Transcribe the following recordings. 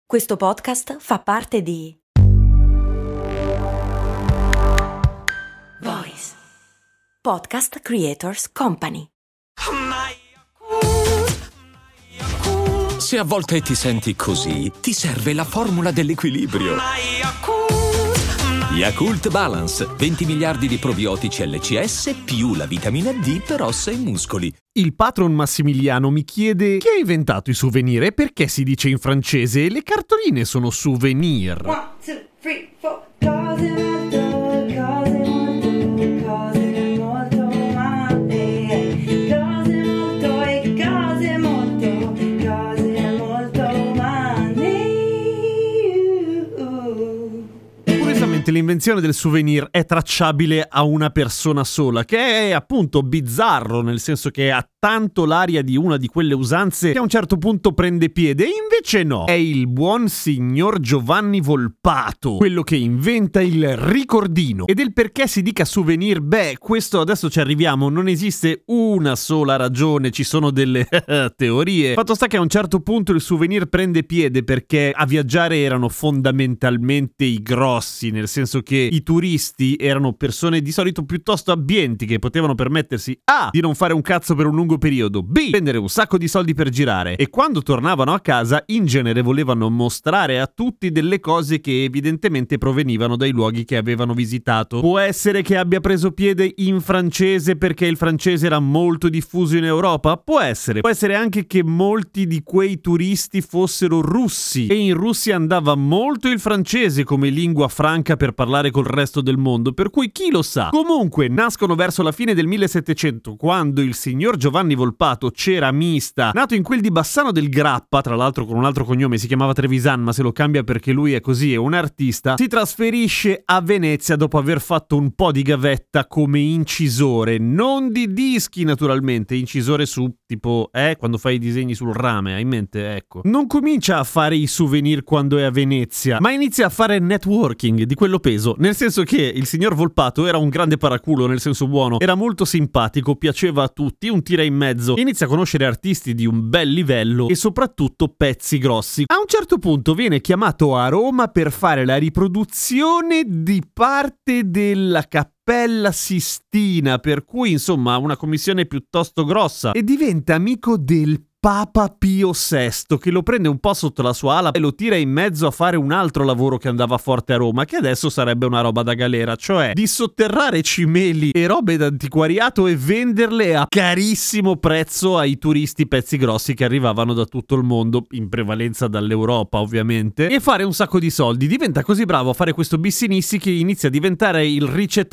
Questo podcast fa parte di Voice Podcast Creators Company. Se a volte ti senti così, ti serve la formula dell'equilibrio. Yakult Balance, 20 miliardi di probiotici LCS più la vitamina D per ossa e muscoli. Il patron Massimiliano mi chiede chi ha inventato i souvenir e perché si dice in francese le cartoline sono souvenir. 1, 2, 3, 4. Cose molto umane. Cose molto umane. Curiosamente l'invenzione del souvenir è tracciabile a una persona sola, che è appunto bizzarro, nel senso che ha tanto l'aria di una di quelle usanze che a un certo punto prende piede, e invece no, è il buon signor Giovanni Volpato, quello che inventa il ricordino. E del perché si dica souvenir, questo adesso ci arriviamo, non esiste una sola ragione, ci sono delle teorie. Fatto sta che a un certo punto il souvenir prende piede perché a viaggiare erano fondamentalmente i grossi, nel senso che i turisti erano persone di solito piuttosto abbienti che potevano permettersi A, di non fare un cazzo per un lungo periodo, B, spendere un sacco di soldi per girare, e quando tornavano a casa in genere volevano mostrare a tutti delle cose che evidentemente provenivano dai luoghi che avevano visitato. Può essere che abbia preso piede in francese perché il francese era molto diffuso in Europa, può essere anche che molti di quei turisti fossero russi e in Russia andava molto il francese come lingua franca per parlare col resto del mondo, per cui chi lo sa. Comunque nascono verso la fine del 1700, quando il signor Giovanni Volpato, ceramista, nato in quel di Bassano del Grappa, tra l'altro con un altro cognome, si chiamava Trevisan ma se lo cambia perché lui è così, è un artista, si trasferisce a Venezia dopo aver fatto un po' di gavetta come incisore, non di dischi naturalmente, incisore su tipo, quando fai i disegni sul rame, hai in mente, ecco. Non comincia a fare i souvenir quando è a Venezia, ma inizia a fare networking di quello peso, nel senso che il signor Volpato era un grande paraculo, nel senso buono, era molto simpatico, piaceva a tutti, un tira in mezzo, inizia a conoscere artisti di un bel livello e soprattutto pezzi grossi. A un certo punto viene chiamato a Roma per fare la riproduzione di parte della Cappella Sistina, per cui insomma una commissione piuttosto grossa, e diventa amico del Papa Pio VI, che lo prende un po' sotto la sua ala e lo tira in mezzo a fare un altro lavoro che andava forte a Roma, che adesso sarebbe una roba da galera, cioè di sotterrare cimeli e robe d'antiquariato e venderle a carissimo prezzo ai turisti pezzi grossi che arrivavano da tutto il mondo, in prevalenza dall'Europa ovviamente, e fare un sacco di soldi. Diventa così bravo a fare questo bissinissi che inizia a diventare il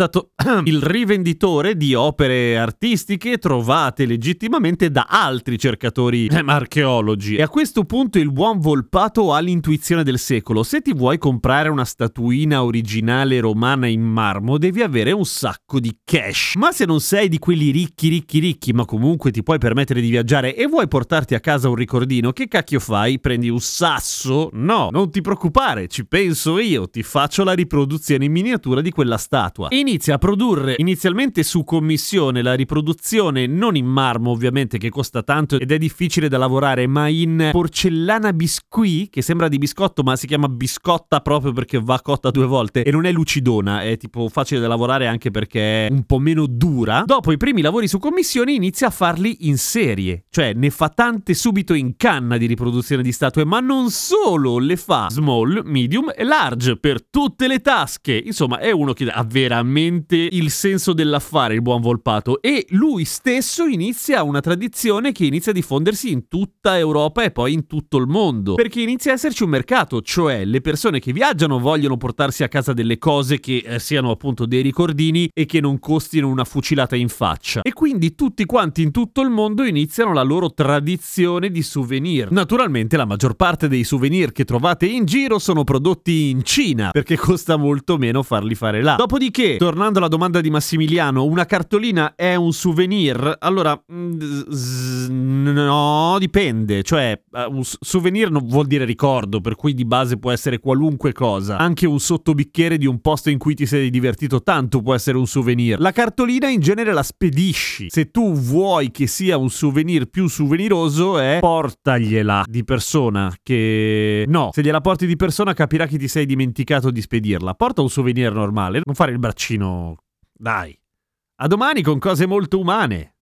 il rivenditore di opere artistiche trovate legittimamente da altri cercatori archeologi. E a questo punto il buon Volpato ha l'intuizione del secolo: se ti vuoi comprare una statuina originale romana in marmo devi avere un sacco di cash, ma se non sei di quelli ricchi ma comunque ti puoi permettere di viaggiare e vuoi portarti a casa un ricordino, che cacchio fai? Prendi un sasso? No, non ti preoccupare, ci penso io, ti faccio la riproduzione in miniatura di quella statua. Inizia a produrre inizialmente su commissione la riproduzione, non in marmo ovviamente, che costa tanto ed è difficile da lavorare, ma in porcellana biscuit, che sembra di biscotto ma si chiama biscotta proprio perché va cotta 2 volte e non è lucidona, è tipo facile da lavorare anche perché è un po' meno dura. Dopo i primi lavori su commissione inizia a farli in serie, cioè ne fa tante subito in canna di riproduzione di statue, ma non solo, le fa small, medium e large per tutte le tasche. Insomma è uno che ha veramente il senso dell'affare, il buon Volpato, e lui stesso inizia una tradizione che inizia a diffondersi in tutta Europa e poi in tutto il mondo, perché inizia a esserci un mercato, cioè le persone che viaggiano vogliono portarsi a casa delle cose che siano appunto dei ricordini e che non costino una fucilata in faccia, e quindi tutti quanti in tutto il mondo iniziano la loro tradizione di souvenir. Naturalmente la maggior parte dei souvenir che trovate in giro sono prodotti in Cina, perché costa molto meno farli fare là. Dopodiché, tornando alla domanda di Massimiliano, una cartolina è un souvenir? Allora, no, No, dipende, cioè un souvenir non vuol dire ricordo, per cui di base può essere qualunque cosa. Anche un sottobicchiere di un posto in cui ti sei divertito tanto può essere un souvenir. La cartolina in genere la spedisci. Se tu vuoi che sia un souvenir più souveniroso, portagliela di persona, che no, se gliela porti di persona capirà che ti sei dimenticato di spedirla. Porta un souvenir normale, non fare il braccino. Dai. A domani con cose molto umane.